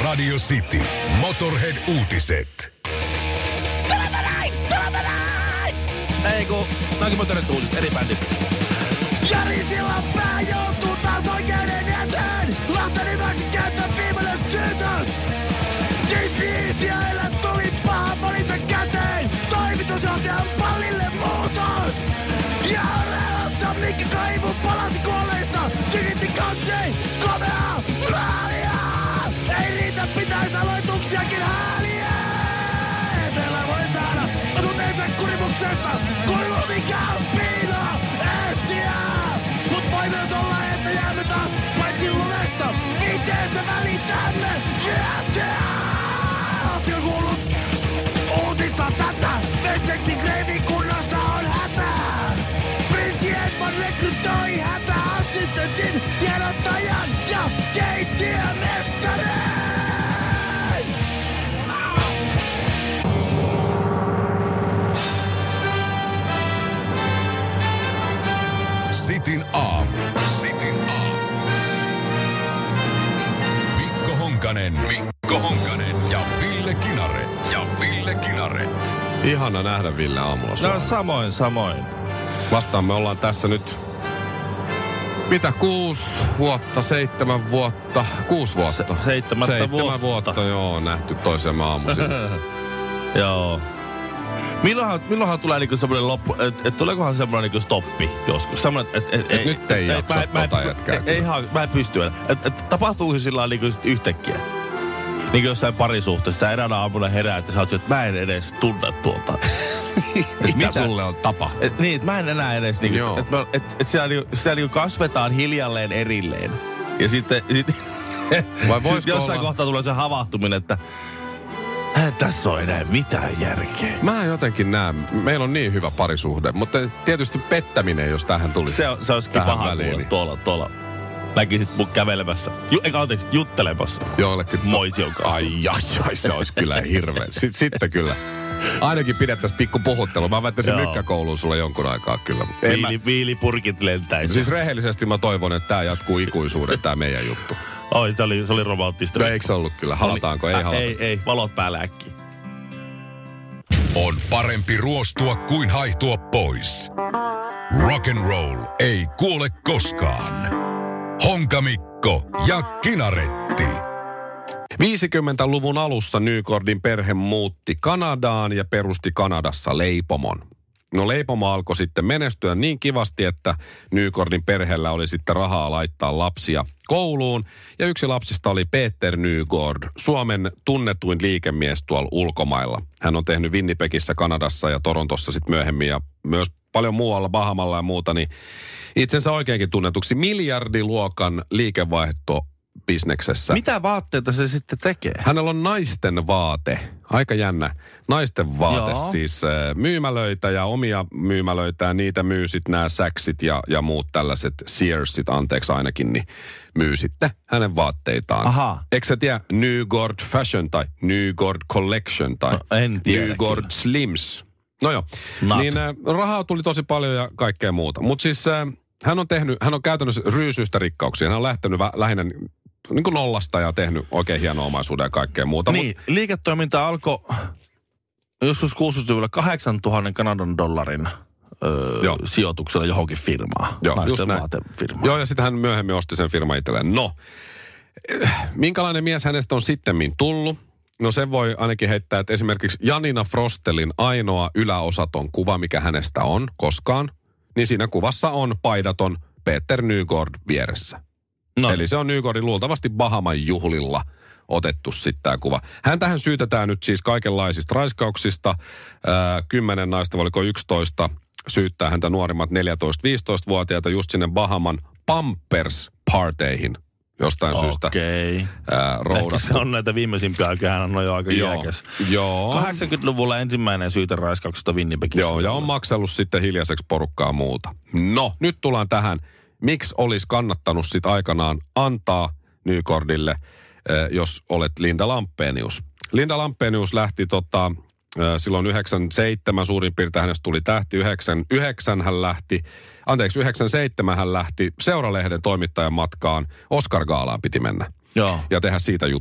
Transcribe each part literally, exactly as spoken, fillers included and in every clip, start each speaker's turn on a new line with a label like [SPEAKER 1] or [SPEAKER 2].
[SPEAKER 1] Radio City. Motorhead-uutiset.
[SPEAKER 2] Stella the night! Stella the night!
[SPEAKER 3] Ei kun, nämäkin Motorhead-uutiset, eri bändit.
[SPEAKER 2] Jari Sillanpää joutuu taas oikeuden eteen! Lasten hyväksi käyttää viimeinen syytös! Disney-yhtiöille tuli paha valinta käteen! Toimitusjohtajan pallille muutos! Ja Orelassa Mikki Kaivu palasi kuolleista! Tykitti katsei! Komea! Maalia! Ei riitä, pitäis aloituksiakin hääliä! Etelä voi saada tunteensa kurimuksesta! Kuin lumikaos piinaa! Estiä! Mut voi myös olla, että jäämme taas paitsi lumesta! Viiteessä välitämme! Estiä! Ootko kuullut uutista tätä? Vesseksi Greivin kunnassa on hätä! Prinssi Edvard rekrytoi hätäassistentin, tiedottajan ja keittiömestarin!
[SPEAKER 1] Sitin aamu. Sitin aamu. Mikko Honkanen, Mikko Honkanen ja Ville Kinaret. Ja Ville Kinaret.
[SPEAKER 4] Ihana nähdä Ville aamulla.
[SPEAKER 3] No samoin, samoin.
[SPEAKER 4] Vastaan me ollaan tässä nyt, mitä, kuusi vuotta, seitsemän vuotta, kuusi vuotta.
[SPEAKER 3] Se, seitsemättä
[SPEAKER 4] Seitsemän
[SPEAKER 3] vuotta.
[SPEAKER 4] vuotta, joo, nähty toisemme aamuisin.
[SPEAKER 3] Joo. Milloinhan, milloinhan tulee niinku semmoinen loppu, että et tuleekohan semmoinen niinku stoppi joskus? Semmoinen, että et,
[SPEAKER 4] Et nyt ei jaksa
[SPEAKER 3] mä, mä,
[SPEAKER 4] tota
[SPEAKER 3] mä,
[SPEAKER 4] jätkää
[SPEAKER 3] ei,
[SPEAKER 4] kyllä.
[SPEAKER 3] ei, ihan, mä en pysty enää. Että et, tapahtuuko se sillä lailla niinku sit yhtäkkiä? Niin kuin jossain parisuhteessa, sä eräänä aamuna heräät ja sä oot, että mä en edes tunne tuolta.
[SPEAKER 4] Mitä, mitä sulle on tapa?
[SPEAKER 3] Et, niin, että mä en enää edes niinku, että et, et siellä, niinku, siellä niinku kasvetaan hiljalleen erilleen. Ja sitten sit,
[SPEAKER 4] Vai
[SPEAKER 3] sit
[SPEAKER 4] voisiko
[SPEAKER 3] jossain
[SPEAKER 4] olla?
[SPEAKER 3] kohtaa tulee se havahtuminen, että ei tässä ole enää mitään järkeä.
[SPEAKER 4] Mä jotenkin näen, meillä on niin hyvä parisuhde, mutta tietysti pettäminen, jos tähän tulisi.
[SPEAKER 3] Se, on, se olisikin
[SPEAKER 4] tähän
[SPEAKER 3] paha
[SPEAKER 4] väliin,
[SPEAKER 3] kuulla
[SPEAKER 4] niin
[SPEAKER 3] tuolla, tuolla. Näkisit mun kävelemässä. Ju, eikä anteeksi, juttelemassa.
[SPEAKER 4] Joillekin.
[SPEAKER 3] Moision kanssa.
[SPEAKER 4] Ai, ai, ai, se olisi kyllä hirveä. Sitten, sitten kyllä. Ainakin pidettäisiin pikku puhuttelu. Mä väittäisin
[SPEAKER 3] Joo.
[SPEAKER 4] mykkäkouluun sulle jonkun aikaa kyllä. En mä,
[SPEAKER 3] Viili, viilipurkit lentäisi.
[SPEAKER 4] siis rehellisesti mä toivon, että tää jatkuu ikuisuuden, tää meidän juttu.
[SPEAKER 3] Oi, se oli, se oli romanttista.
[SPEAKER 4] No eikö se ollut kyllä? Halataanko? Ei
[SPEAKER 3] Äh,
[SPEAKER 4] halata.
[SPEAKER 3] Ei, ei, valot päällä äkkiä.
[SPEAKER 1] On parempi ruostua kuin haihtua pois. Rock and roll ei kuole koskaan. Honkamikko ja Kinaretti.
[SPEAKER 4] viisikymmentäluvun alussa Nygårdin perhe muutti Kanadaan ja perusti Kanadassa leipomon. No leipomo alkoi sitten menestyä niin kivasti, että Nygårdin perheellä oli sitten rahaa laittaa lapsia kouluun. Ja yksi lapsista oli Peter Nygård, Suomen tunnetuin liikemies tuolla ulkomailla. Hän on tehnyt Winnipegissä, Kanadassa ja Torontossa sitten myöhemmin ja myös paljon muualla, Bahamalla ja muuta, niin itsensä oikeinkin tunnetuksi miljardiluokan liikevaihto bisneksessä.
[SPEAKER 3] Mitä vaatteita se sitten tekee?
[SPEAKER 4] Hänellä on naisten vaate. Aika jännä. Naisten vaate,
[SPEAKER 3] Joo.
[SPEAKER 4] siis äh, myymälöitä ja omia myymälöitä ja niitä myy sitten nämä Sacksit ja, ja muut tällaiset Searsit, anteeksi ainakin, niin myy sitten hänen vaatteitaan.
[SPEAKER 3] Aha.
[SPEAKER 4] Eikö sä tiedä Nygård Fashion tai Nygård Collection tai
[SPEAKER 3] No, en tiedä
[SPEAKER 4] Nygård
[SPEAKER 3] kyllä.
[SPEAKER 4] Slims? No joo.
[SPEAKER 3] Not.
[SPEAKER 4] Niin äh, rahaa tuli tosi paljon ja kaikkea muuta. Mutta siis äh, hän on tehnyt, hän on käytännössä ryysyistä rikkauksia. Hän on lähtenyt vä- lähinnä niin kuin nollasta ja tehnyt oikein hienoa omaisuuden ja kaikkea muuta.
[SPEAKER 3] Niin, liiketoiminta alkoi joskus kuusikymmentäluvulla kahdeksantuhatta Kanadan dollarin öö,
[SPEAKER 4] Joo.
[SPEAKER 3] sijoituksella johonkin firmaan.
[SPEAKER 4] Joo, just
[SPEAKER 3] naisten
[SPEAKER 4] näin.
[SPEAKER 3] vaatefirmaan.
[SPEAKER 4] Joo, ja sitten hän myöhemmin osti sen firman itselleen. No, eh, minkälainen mies hänestä on sittemmin tullut? No sen voi ainakin heittää, että esimerkiksi Janina Frostelin ainoa yläosaton kuva, mikä hänestä on koskaan, niin siinä kuvassa on paidaton Peter Nygård vieressä.
[SPEAKER 3] No.
[SPEAKER 4] Eli se on Nygårdin luultavasti Bahaman juhlilla otettu sitten tämä kuva. Häntähän syytetään nyt siis kaikenlaisista raiskauksista. Ää, kymmenen naista, oliko yksitoista, syyttää häntä nuorimmat neljätoista-viisitoista-vuotiaita just sinne Bahaman Pampers-parteihin jostain syystä
[SPEAKER 3] Okei.
[SPEAKER 4] ää,
[SPEAKER 3] Ehkä
[SPEAKER 4] roudattu.
[SPEAKER 3] se on näitä viimeisimpiä aikoja, hän on jo aika
[SPEAKER 4] Joo,
[SPEAKER 3] jääkäs.
[SPEAKER 4] joo.
[SPEAKER 3] kahdeksankymmentäluvulla ensimmäinen syyte raiskauksesta Winnipegissä.
[SPEAKER 4] Joo, ja on maksellut sitten hiljaiseksi porukkaa muuta. No, nyt tullaan tähän. Miksi olisi kannattanut sitten aikanaan antaa Nygårdille, eh, jos olet Linda Lampenius? Linda Lampenius lähti tota, eh, silloin yhdeksänkymmentäseitsemän suurin piirtein hänestä tuli tähti. yhdeksänkymmentäyhdeksän hän lähti, anteeksi yhdeksänkymmentäseitsemän hän lähti Seuralehden toimittajan matkaan. Oscar-gaalaan piti mennä
[SPEAKER 3] Joo.
[SPEAKER 4] ja tehdä siitä juttu.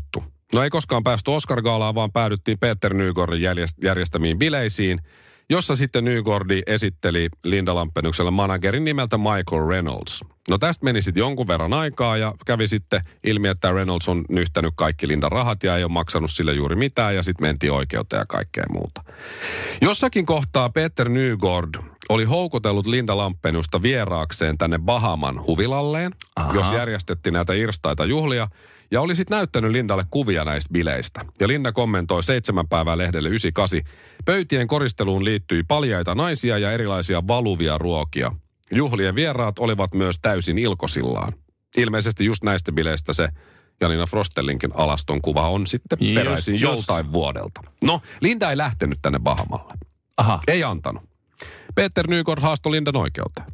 [SPEAKER 4] No ei koskaan päästy Oscar-gaalaan, vaan päädyttiin Peter Nygårdin järjestämiin bileisiin, jossa sitten Nygård esitteli Linda Lampenukselle managerin nimeltä Michael Reynolds. No tästä meni sitten jonkun verran aikaa ja kävi sitten ilmi, että Reynolds on nyhtänyt kaikki Lindan rahat ja ei ole maksanut sille juuri mitään ja sitten mentiin oikeuteen ja kaikkea muuta. Jossakin kohtaa Peter Nygård oli houkutellut Linda Lampenusta vieraakseen tänne Bahaman huvilalleen, Aha. jos järjestettiin näitä irstaita juhlia. Ja oli sitten näyttänyt Lindalle kuvia näistä bileistä. Ja Linda kommentoi seitsemän päivää lehdelle yhdeksänkymmentäkahdeksan. Pöytien koristeluun liittyi paljaita naisia ja erilaisia valuvia ruokia. Juhlien vieraat olivat myös täysin ilkosillaan. Ilmeisesti just näistä bileistä se Janina Frostellinkin alaston kuva on sitten just, peräisin just. joltain vuodelta. No, Linda ei lähtenyt tänne Bahamalle. Aha. Ei antanut. Peter Nygård haastoi Lindan oikeuteen.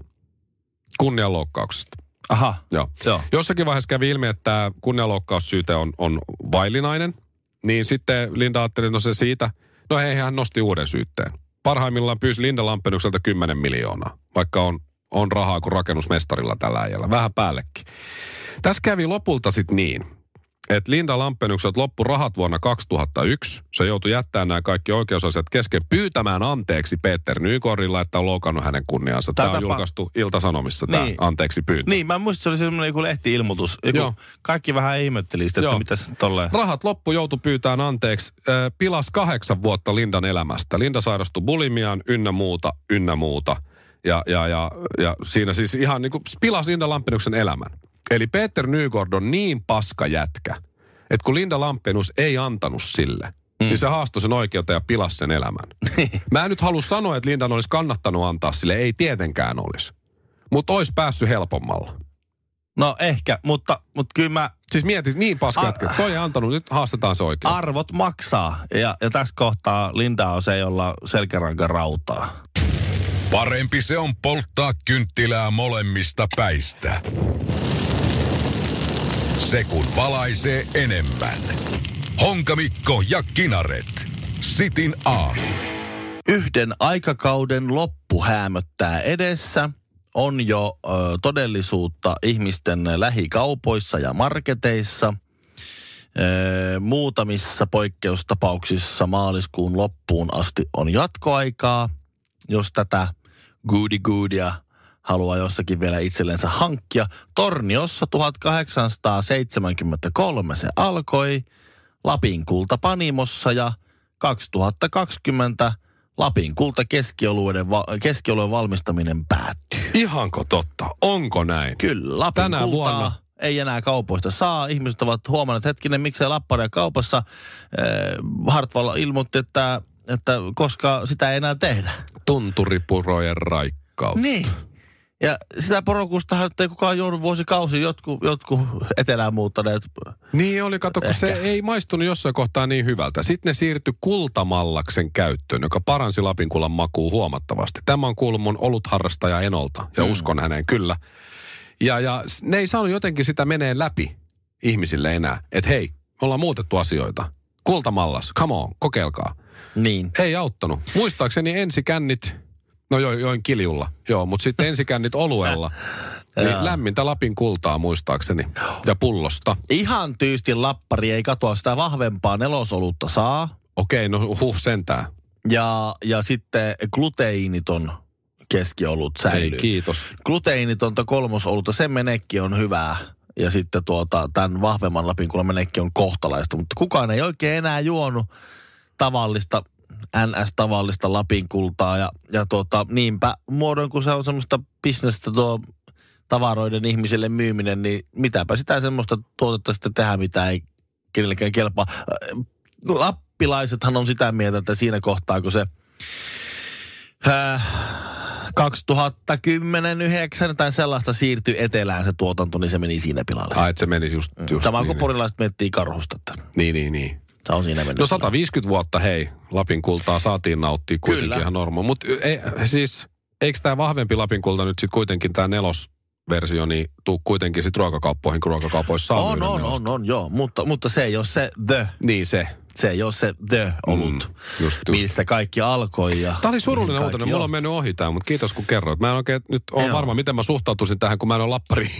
[SPEAKER 4] Kunnianloukkauksesta.
[SPEAKER 3] Aha.
[SPEAKER 4] Joo. Joo. Jossakin vaiheessa kävi ilmi, että kunnianloukkaussyyte on, on vaillinainen. Niin sitten Linda ajatteli, no se siitä, no hei, hän nosti uuden syytteen. Parhaimmillaan pyysi Linda Lampenukselta kymmenen miljoonaa, vaikka on, on rahaa kuin rakennusmestarilla tällä ajalla. Vähän päällekin. Tässä kävi lopulta sitten niin, että Linda Lampenukselta loppu rahat vuonna kaksituhattayksi. Se joutui jättämään nämä kaikki oikeusasiat kesken pyytämään anteeksi Peter Nygårdilla, että on loukannut hänen kunniansa. Tämä, tämä on tapa... julkaistu Ilta-Sanomissa, niin. Tämä anteeksi pyyntö.
[SPEAKER 3] Niin, mä muistin, se oli semmoinen joku lehti-ilmoitus. Joku, kaikki vähän ihmetteli sitä, että mitä se tolleen.
[SPEAKER 4] Rahat loppu joutui pyytämään anteeksi. Äh, pilas kahdeksan vuotta Lindan elämästä. Linda sairastui bulimiaan, ynnä muuta, ynnä muuta. Ja, ja, ja, ja siinä siis ihan niin kuin pilasi Linda Lampenuksen elämän. Eli Peter Nygård on niin paska jätkä, että kun Linda Lampenus ei antanut sille, mm. niin se haastoi sen oikeuteen ja pilasi sen elämän. Mä en nyt halua sanoa, että Lindan olisi kannattanut antaa sille, ei tietenkään olisi. Mutta olisi päässyt helpommalla.
[SPEAKER 3] No ehkä, mutta, mutta kyllä mä...
[SPEAKER 4] Siis mietin, niin paska jätkä, toi ei antanut, nyt haastetaan se oikein.
[SPEAKER 3] Arvot maksaa, ja, ja tässä kohtaa Linda on se, jolla selkäranka rautaa.
[SPEAKER 1] Parempi se on polttaa kynttilää molemmista päistä. Se kun valaisee enemmän. Honkamikko ja Kinaret. Sitin aamu.
[SPEAKER 3] Yhden aikakauden loppu häämöttää edessä. On jo ö, todellisuutta ihmisten lähikaupoissa ja marketeissa. Ö, muutamissa poikkeustapauksissa maaliskuun loppuun asti on jatkoaikaa. Jos tätä goody goodia haluaa jossakin vielä itsellensä hankkia. Torniossa tuhatkahdeksansataaseitsemänkymmentäkolme se alkoi, Lapin Kulta Panimossa ja kaksituhattakaksikymmentä Lapin Kulta keskioluiden, va- keskioluen valmistaminen päättyy.
[SPEAKER 4] Ihanko totta? Onko näin?
[SPEAKER 3] Kyllä, Lapin Tänä Kultaa vuonna ei enää kaupoista saa. Ihmiset ovat huomanneet, hetkinen, miksei lapparia kaupassa. Äh, Hartwall ilmoitti, että, että koska sitä ei enää tehdä.
[SPEAKER 4] Tunturipurojen raikkautta.
[SPEAKER 3] Niin. Ja sitä porokustahan ei kukaan joudu vuosikausi, jotkut, jotkut etelään muuttaneet.
[SPEAKER 4] Niin oli, kato, kun se ei maistunut jossain kohtaa niin hyvältä. Sitten ne siirtyi kultamallaksen käyttöön, joka paransi Lapinkullan makua huomattavasti. Tämä on kuullut mun olutharrastaja Enolta ja mm. uskon häneen kyllä. Ja, ja ne ei saanut jotenkin sitä meneen läpi ihmisille enää. Että hei, me ollaan muutettu asioita. Kultamallas, come on, kokeilkaa.
[SPEAKER 3] Niin.
[SPEAKER 4] Ei auttanut. Muistaakseni ensikännit... No jo, join kiljulla, joo, mutta sitten ensikännit oluella. Niin lämmintä Lapin Kultaa muistaakseni. Ja pullosta.
[SPEAKER 3] Ihan tyystin lappari ei katoa, sitä vahvempaa nelosolutta saa.
[SPEAKER 4] Okei, no huh sentään.
[SPEAKER 3] Ja, ja sitten gluteiiniton keskiolut säilyy.
[SPEAKER 4] Ei, kiitos.
[SPEAKER 3] Gluteiinitonta kolmosolutta, sen menekki on hyvää. Ja sitten tuota, tämän vahvemman Lapin Kullan menekki on kohtalaista. Mutta kukaan ei oikein enää juonut tavallista... N S-tavallista Lapin Kultaa ja, ja tuota, niinpä muodon, kun se on semmoista bisnestä tuo tavaroiden ihmisille myyminen, niin mitäpä sitä semmoista tuotetta sitten tehdä, mitä ei kenellekään kelpaa. Lappilaisethan on sitä mieltä, että siinä kohtaa, kun se äh, kaksituhattakymmenen yhdeksän tai sellaista siirtyi etelään se tuotanto, niin se meni siinä pilalle.
[SPEAKER 4] Ai, että se meni just, just
[SPEAKER 3] Sama
[SPEAKER 4] niin,
[SPEAKER 3] kuin porilaiset miettii karhusta.
[SPEAKER 4] Niin, niin, niin.
[SPEAKER 3] Se on siinä mennyt.
[SPEAKER 4] No sata viisikymmentä vuotta, hei, Lapin Kultaa saatiin nauttia kuitenkin Kyllä. ihan normaali. Mutta siis, eikö tämä vahvempi Lapin Kulta nyt sitten kuitenkin tämä nelosversio, niin tuu kuitenkin sitten ruokakauppoihin, kun ruokakaupoissa saa
[SPEAKER 3] On, on, on, on, joo, mutta, mutta se ei ole se the.
[SPEAKER 4] Niin se.
[SPEAKER 3] Se ei ole se the-olut, mm, just, just. mistä kaikki alkoi. Ja
[SPEAKER 4] tämä oli surullinen uutinen, mulla on mennyt ohi tämä, mutta kiitos kun kerroit. Mä en oikein nyt ole varma, miten mä suhtautuisin tähän, kun mä en ole lappari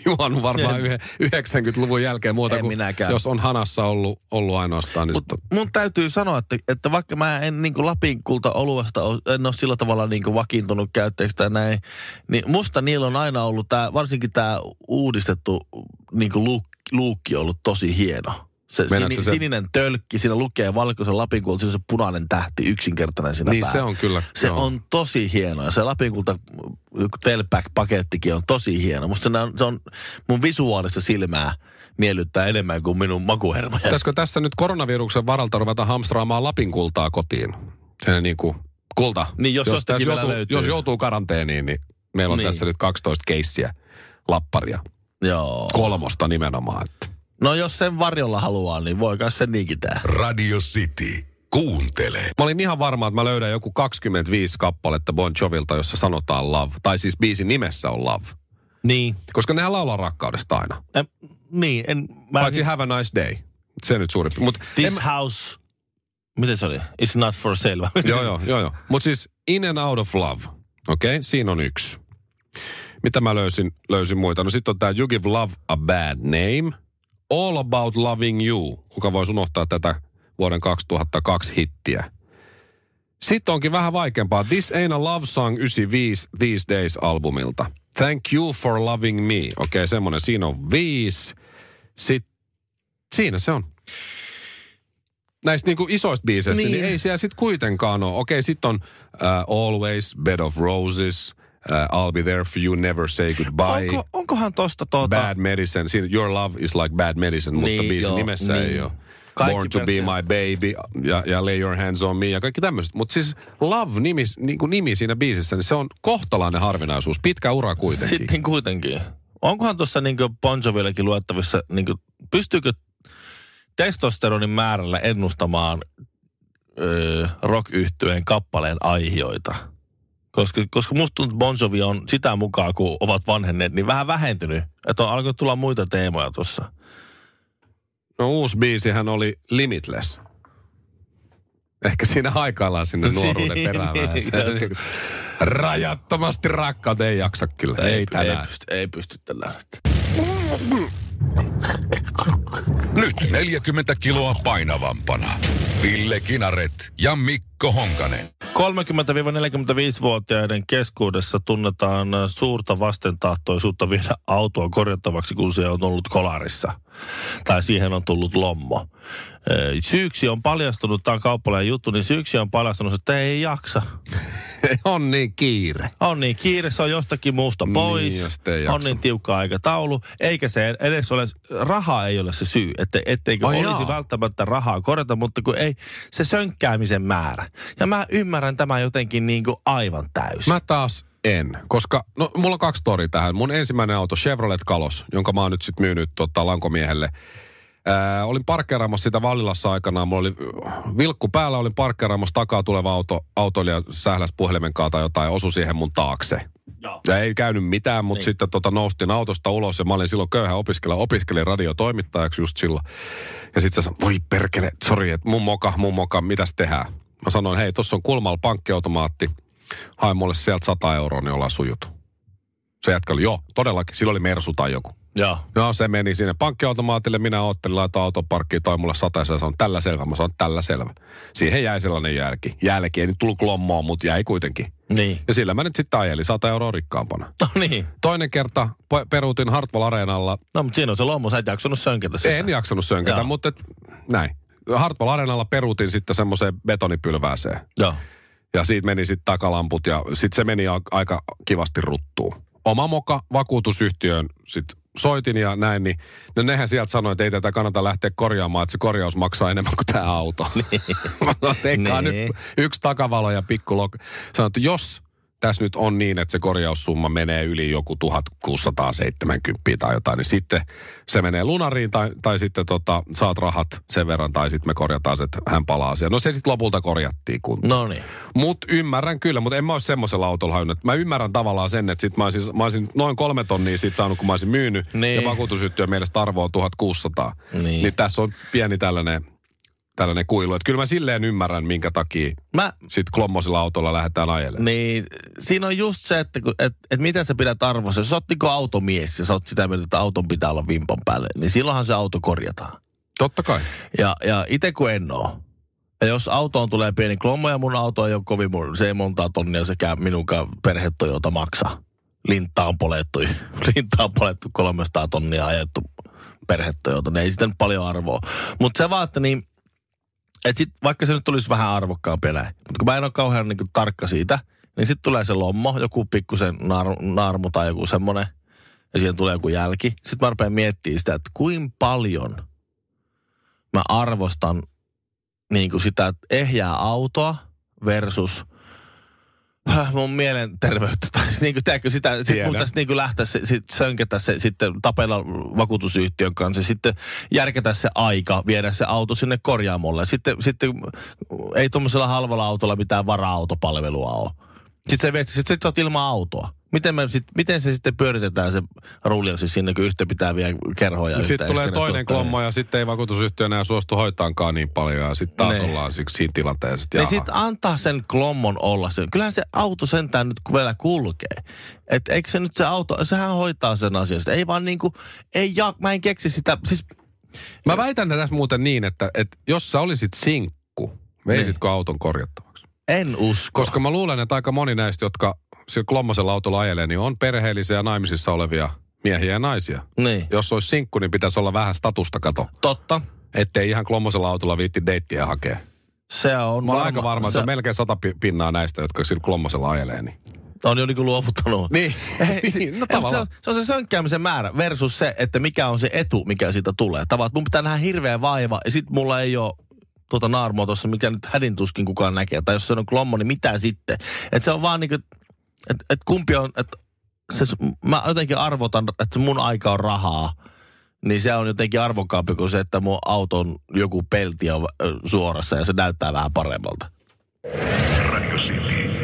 [SPEAKER 4] juonut varmaan
[SPEAKER 3] En.
[SPEAKER 4] yhdeksänkymmentäluvun jälkeen muuta
[SPEAKER 3] En
[SPEAKER 4] kuin
[SPEAKER 3] minäkään.
[SPEAKER 4] jos on hanassa ollut, ollut ainoastaan. Niin
[SPEAKER 3] Mut
[SPEAKER 4] sit...
[SPEAKER 3] mun täytyy sanoa, että, että vaikka mä en niin kuin Lapin kulta-oluesta ole, en ole sillä tavalla niin kuin vakiintunut käyttäjäksi tai näin, niin musta niillä on aina ollut tää, varsinkin tämä uudistettu niin kuin luuk, luukki ollut tosi hieno. Se, sini,
[SPEAKER 4] se
[SPEAKER 3] sininen tölkki, siinä lukee valkoisen Lapin kulta, siinä on se punainen tähti, yksinkertainen siinä
[SPEAKER 4] Niin
[SPEAKER 3] päällä.
[SPEAKER 4] se on kyllä.
[SPEAKER 3] Se
[SPEAKER 4] joo.
[SPEAKER 3] on tosi hieno. Ja se Lapin kulta Telpack-pakettikin on tosi hieno. Musta se on, se on mun visuaalista silmää miellyttää enemmän kuin minun makuhermoja.
[SPEAKER 4] Pitäisikö tässä nyt koronaviruksen varalta ruveta hamstraamaan Lapin kultaa kotiin? Se niin kuin kulta.
[SPEAKER 3] Niin, jos jostakin vielä
[SPEAKER 4] joutuu,
[SPEAKER 3] löytyy.
[SPEAKER 4] jos joutuu karanteeniin, niin meillä on
[SPEAKER 3] Niin.
[SPEAKER 4] tässä nyt kaksitoista keissiä lapparia.
[SPEAKER 3] Joo.
[SPEAKER 4] Kolmosta nimenomaan. Että.
[SPEAKER 3] No jos sen varjolla haluaa, niin voi kai sen niinkin tehdä.
[SPEAKER 1] Radio City. Kuuntele.
[SPEAKER 4] Mä olin ihan varma, että mä löydän joku kaksikymmentäviisi kappaletta Bon Jovilta, jossa sanotaan love. Tai siis biisin nimessä on love.
[SPEAKER 3] Niin.
[SPEAKER 4] Koska nehän laulaa rakkaudesta aina.
[SPEAKER 3] En, niin, en... Mä
[SPEAKER 4] Paitsi have a nice day. Se nyt suurin. Mut
[SPEAKER 3] This
[SPEAKER 4] en,
[SPEAKER 3] house... Miten se oli? It's not for sale.
[SPEAKER 4] joo, joo, joo, joo. Mutta siis in and out of love. Okei, okay? Siinä on yksi. Mitä mä löysin, löysin muita? No sit on tää You Give Love a Bad Name. All About Loving You. Kuka voisi unohtaa tätä vuoden kaksituhattakaksi hittiä. Sitten onkin vähän vaikeampaa. This Ain't a Love Song yhdeksänkymmentäviisi These Days-albumilta. Thank You for Loving Me. Okei, okay, semmonen. Siinä on viisi. Sitten siinä se on. Näistä niinku isoista biiseistä, niin, niin ei siellä sitten kuitenkaan ole. Okei, okay, sitten on uh, Always, Bed of Roses, uh, I'll Be There For You, Never Say Goodbye.
[SPEAKER 3] Onko, onkohan tosta tuota...
[SPEAKER 4] Bad Medicine. Siinä Your Love is Like Bad Medicine,
[SPEAKER 3] Niin,
[SPEAKER 4] mutta biisin
[SPEAKER 3] joo,
[SPEAKER 4] nimessä
[SPEAKER 3] niin.
[SPEAKER 4] ei ole.
[SPEAKER 3] Kaikki
[SPEAKER 4] Born to
[SPEAKER 3] pelkää.
[SPEAKER 4] Be My Baby ja, ja Lay Your Hands On Me ja kaikki tämmöiset. Mutta siis Love-nimi niin kuin nimi siinä biisissä, niin se on kohtalainen harvinaisuus. Pitkä ura kuitenkin.
[SPEAKER 3] Sitten kuitenkin. Onkohan tuossa niin Bon Jovillekin luettavissa, niin kuin, pystyykö testosteronin määrällä ennustamaan öö, rock-yhtyeen kappaleen aihioita? Koska, koska musta tuntuu, että Bon Jovi on sitä mukaan, kun ovat vanhenneet, niin vähän vähentynyt. Että on alkanut tulla muita teemoja tuossa.
[SPEAKER 4] No uusi biisihän oli Limitless. Ehkä siinä haikaillaan sinne nuoruuden perään.
[SPEAKER 3] Niin.
[SPEAKER 4] Rajattomasti rakkaat ei jaksa kyllä. Ei, ei tänään.
[SPEAKER 3] Ei pysty, ei pysty tällä.
[SPEAKER 1] Nyt neljäkymmentä kiloa painavampana. Ville Kinaret ja Mikko Honkanen.
[SPEAKER 3] kolmekymmentä-neljäkymmentäviisivuotiaiden keskuudessa tunnetaan suurta vastentahtoisuutta viedä autoa korjattavaksi, kun se on ollut kolarissa. Tai siihen on tullut lommo. Syyksi on paljastunut, tämä on kauppalainen juttu, niin syyksi on paljastunut, että ei jaksa.
[SPEAKER 4] On niin kiire.
[SPEAKER 3] On niin kiire, se on jostakin muusta pois.
[SPEAKER 4] Niin, jos ei jaksa.
[SPEAKER 3] On niin tiukka aikataulu. Eikä se edes ole, raha ei ole se syy, että etteikö
[SPEAKER 4] Ai
[SPEAKER 3] olisi
[SPEAKER 4] jaa.
[SPEAKER 3] välttämättä rahaa korjata, mutta kun ei, se sönkkäämisen määrä. Ja mä ymmärrän tämän jotenkin niin kuin aivan täysin.
[SPEAKER 4] Mä taas en, koska no, mulla on kaksi storia tähän. Mun ensimmäinen auto, Chevrolet Kalos, jonka mä oon nyt sit myynyt tota, lankomiehelle. Ää, olin parkkeeraamassa sitä Vallilassa aikanaan. Mulla oli vilkku päällä, olin parkkeeraamassa takaa tuleva auto, autoilija sähläs puhelimen kautta jotain ja osui siihen mun taakse.
[SPEAKER 3] Joo.
[SPEAKER 4] Ja ei käynyt mitään, mutta
[SPEAKER 3] Niin.
[SPEAKER 4] sitten tota, noustin autosta ulos ja mä olin silloin köyhä opiskelija. Opiskelin radiotoimittajaksi just silloin. Ja sitten sä sanoin, voi perkele, sori, että mun moka, mun moka, mitäs tehdään? Mä sanoin, hei, tuossa on kulmalla pankkiautomaatti. Hae mulle sieltä sata euroa, niin ollaan sujut. Se jätkä oli, joo, todellakin, sillä oli Mersu tai joku.
[SPEAKER 3] Joo.
[SPEAKER 4] No se meni sinne pankkiautomaatille, minä ottelin, laitoin auton parkkiin, toi mulle sataisen ja sanoin, tällä selvä. Mä sanoin, tällä selvä. Siihen jäi sellainen jälki. Jälki ei nyt tullut lommoa, mutta jäi kuitenkin.
[SPEAKER 3] Niin.
[SPEAKER 4] Ja sillä mä nyt sitten ajelin sata euroa rikkaampana.
[SPEAKER 3] No niin.
[SPEAKER 4] Toinen kerta pe- peruutin Hartwall Areenalla.
[SPEAKER 3] No mutta siinä on se lommo, sä et jaksanut sönkätä sitä.
[SPEAKER 4] En jaksanut sönkätä,
[SPEAKER 3] Joo.
[SPEAKER 4] mutta et, näin. Hartwall Areenalla peruutin sitten semmoiseen betonipylvääseen.
[SPEAKER 3] Joo.
[SPEAKER 4] Ja siitä meni sitten takalamput ja sitten se meni a- aika kivasti ruttuun. Oma moka vakuutusyhtiöön sitten soitin ja näin, niin no nehän sieltä sanoi, että ei tätä kannata lähteä korjaamaan, että se korjaus maksaa enemmän kuin tämä auto. Niin. Mä sanoin, että eikä
[SPEAKER 3] Niin.
[SPEAKER 4] nyt yksi takavalo ja pikku lok. Sanoin, että jos tässä nyt on niin, että se korjaussumma menee yli joku tuhatkuusisataaseitsemänkymmentä tai jotain, niin sitten se menee lunariin tai, tai sitten tota, saat rahat sen verran tai sitten me korjataan se, että hän palaa siihen. No se sitten lopulta korjattiin kuntoon.
[SPEAKER 3] No niin.
[SPEAKER 4] Mut ymmärrän kyllä, mutta en mä olisi semmoisella autolla hajunnut. Mä ymmärrän tavallaan sen, että sit mä olisin, mä olisin noin kolme tonnia sit saanut, kun mä olisin myynyt.
[SPEAKER 3] Niin.
[SPEAKER 4] Ja vakuutusyhtiön mielestä arvo on tuhatkuusisataa.
[SPEAKER 3] Niin.
[SPEAKER 4] Niin tässä on pieni tällainen tällainen kuilu. Että kyllä mä silleen ymmärrän, minkä takia
[SPEAKER 3] Mä,
[SPEAKER 4] sitten klommosella autolla lähdetään ajelemaan.
[SPEAKER 3] niin, siinä on just se, että et, et miten sä pidät arvossa. Jos sä oot niinku automies ja sä oot sitä mieltä, että auton pitää olla vimpan päälle, niin silloinhan se auto korjataan.
[SPEAKER 4] Totta kai.
[SPEAKER 3] Ja, ja itse kun en oo. Ja jos autoon tulee pieni klommo ja mun auto ei ole kovin, se ei montaa tonnia sekä minunkaan perhe-Toyota maksaa. Lintta on polettu, lintta on polettu kolmesataa tonnia ajettu perhe-Toyota. Ne ei sitä nyt paljon arvoa. Mutta se vaan, että niin, että sit, vaikka se nyt tulisi vähän arvokkaampi näin. Mutta kun mä en ole kauhean niin kuin tarkka siitä, niin sitten tulee se lommo, joku pikkusen nar, naarmu tai joku semmoinen, ja siihen tulee joku jälki. Sitten mä rupean miettimään sitä, että kuinka paljon mä arvostan niin kuin sitä ehjää autoa versus mun mielenterveyttä. Tai niin kuin, tiedätkö, sitä, sit mun tästä niin kuin lähteä se, sit sönketä se, sitten tapella vakuutusyhtiön kanssa, sitten järkätä se aika, viedä se auto sinne korjaamolle. Sitten, sitten ei tuommoisella halvalla autolla mitään vara-autopalvelua ole. Sitten sä, sit, sit sä oot ilman autoa. Miten, me sit, miten se sitten pyöritetään se ruljansi sinne, kun yhtä pitää vielä kerhoja.
[SPEAKER 4] Sitten tulee toinen klommo ja sitten ei vakuutusyhtiö enää suostu hoitaankaan niin paljon ja sitten taas ne. ollaan siksi siinä tilanteessa.
[SPEAKER 3] Niin sitten antaa sen klommon olla sen. Kyllähän se auto sentään nyt vielä kulkee. Että eikö se nyt se auto, sehän hoitaa sen asian. Ei vaan niinku, ei ja, mä en keksi sitä. Siis,
[SPEAKER 4] mä väitän tässä muuten niin, että, että jos sä olisit sinkku, veisitkö niin. auton korjattavaksi?
[SPEAKER 3] En usko.
[SPEAKER 4] Koska mä luulen, että aika moni näistä, jotka sillä klommosella autolla ajelee, niin on perheellisiä ja naimisissa olevia miehiä ja naisia.
[SPEAKER 3] Niin.
[SPEAKER 4] Jos olisi sinkku, niin pitäisi olla vähän statusta, kato.
[SPEAKER 3] Totta.
[SPEAKER 4] Ettei ihan klommosella autolla viitti deittiä hakea.
[SPEAKER 3] Se on
[SPEAKER 4] Mä olen aika varma, että se on melkein sata pinnaa näistä, jotka sillä klommosella ajelee. Niin.
[SPEAKER 3] On jo niinku luovuttanut.
[SPEAKER 4] Niin. no,
[SPEAKER 3] se, on, se on se sönkkäämisen määrä versus se, että mikä on se etu, mikä siitä tulee. Tavallaan, mun pitää nähdä hirveä vaiva ja sit mulla ei ole tuota naarmua tuossa, mikä nyt hädintuskin kukaan näkee. Tai jos se on klommo, niin mitä sitten? Että se on vaan niinku, että et kumpi on, että se, mä jotenkin arvotan, että mun aika on rahaa. Niin se on jotenkin arvokkaampi kuin se, että mun auton joku pelti on suorassa ja se näyttää vähän paremmalta.
[SPEAKER 1] Radio City.